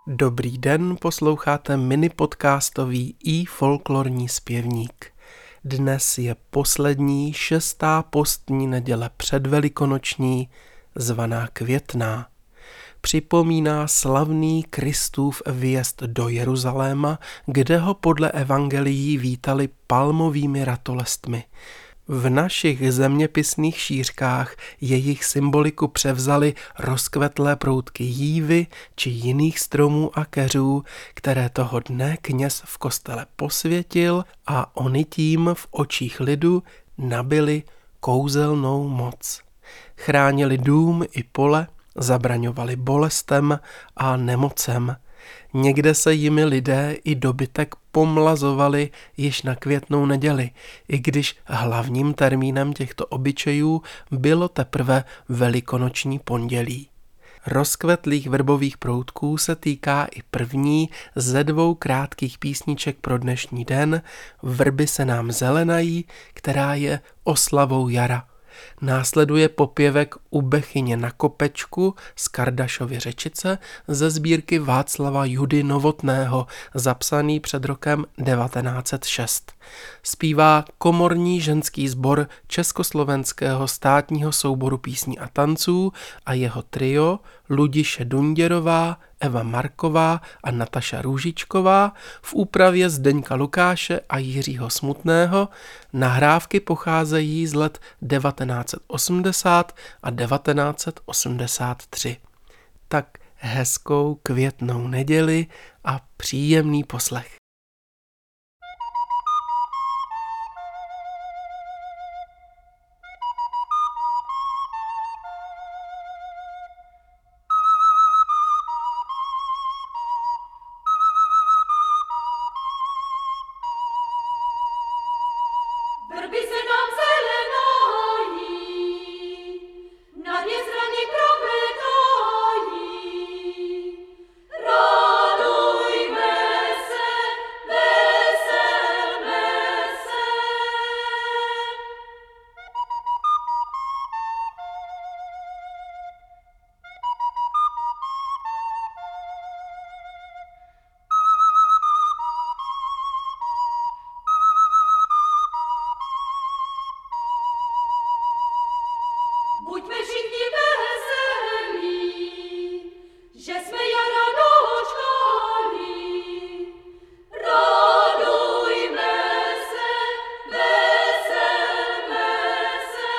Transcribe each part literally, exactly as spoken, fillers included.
Dobrý den, posloucháte mini podcastový i folklorní zpěvník. Dnes je poslední šestá postní neděle předvelikonoční, zvaná Květná. Připomíná slavný Kristův vjezd do Jeruzaléma, kde ho podle evangelií vítali palmovými ratolestmi. V našich zeměpisných šířkách jejich symboliku převzaly rozkvetlé proutky jívy či jiných stromů a keřů, které toho dne kněz v kostele posvětil a oni tím v očích lidu nabyli kouzelnou moc. Chránili dům i pole, zabraňovali bolestem a nemocem. Někde se jimi lidé i dobytek pomlazovali již na Květnou neděli, i když hlavním termínem těchto obyčejů bylo teprve Velikonoční pondělí. Rozkvetlých vrbových proutků se týká i první ze dvou krátkých písniček pro dnešní den Vrby se nám zelenají, která je oslavou jara. Následuje popěvek U Bechyně na kopečku z Kardašovy Řečice ze sbírky Václava Judy Novotného, zapsaný před rokem devatenáct set šest. Zpívá komorní ženský sbor Československého státního souboru písní a tanců a jeho trio Ludiše Dunděrová, Eva Marková a Nataša Růžičková v úpravě Zdeňka Lukáše a Jiřího Smutného. Nahrávky pocházejí z let devatenáct set osmdesát a devatenáct set osmdesát tři. Tak hezkou květnou neděli a příjemný poslech. Vrby se nám zelenají, nad jezdrany kropetají. Radujme se, veselme se. Buďme všichni veselí, že jsme jara dočkali. Radujme se, veselme se.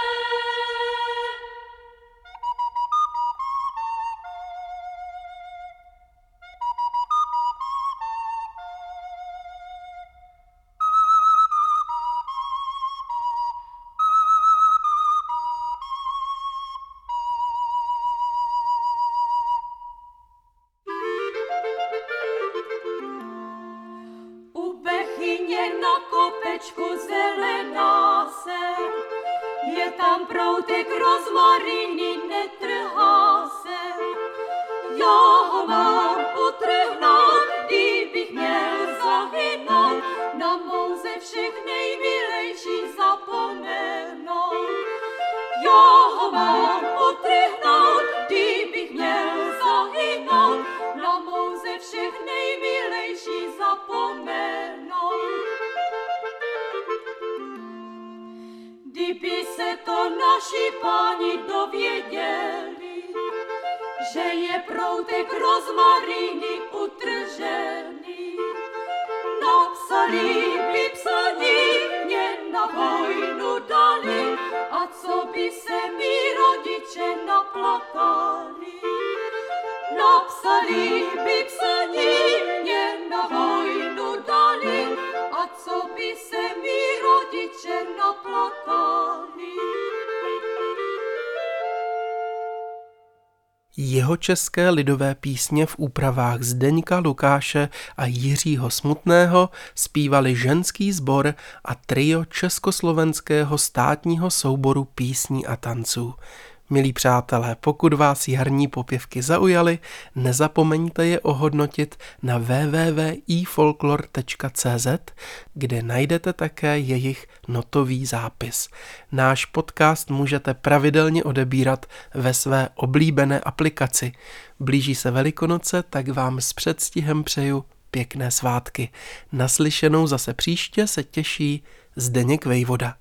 U Bechyně na kopečku zelená se, je tam proutek rozmariny, netrhá se. Já ho mám utrhnout, kdybych měl zahynout, na mou ze všech nejmilejší zapomenout. Já ho mám utrhnout, kdybych měl zahynout, na mou ze všech nejmilejší zapomenout. Kdyby se to naši páni dověděli, že je proutek rozmariny utržený, napsali by psaní, mě na vojnu dali, a co by se mi rodiče naplakali. Napsali by psaní, mě na vojnu dali, a co by se mi rodiče naplakali. Jihočeské lidové písně v úpravách Zdeňka Lukáše a Jiřího Smutného zpívali ženský sbor a trio Československého státního souboru písní a tanců. Milí přátelé, pokud vás jarní popěvky zaujaly, nezapomeňte je ohodnotit na w w w tečka i folklor tečka c z, kde najdete také jejich notový zápis. Náš podcast můžete pravidelně odebírat ve své oblíbené aplikaci. Blíží se Velikonoce, tak vám s předstihem přeju pěkné svátky. Naslyšenou zase příště se těší Zdeněk Vejvoda.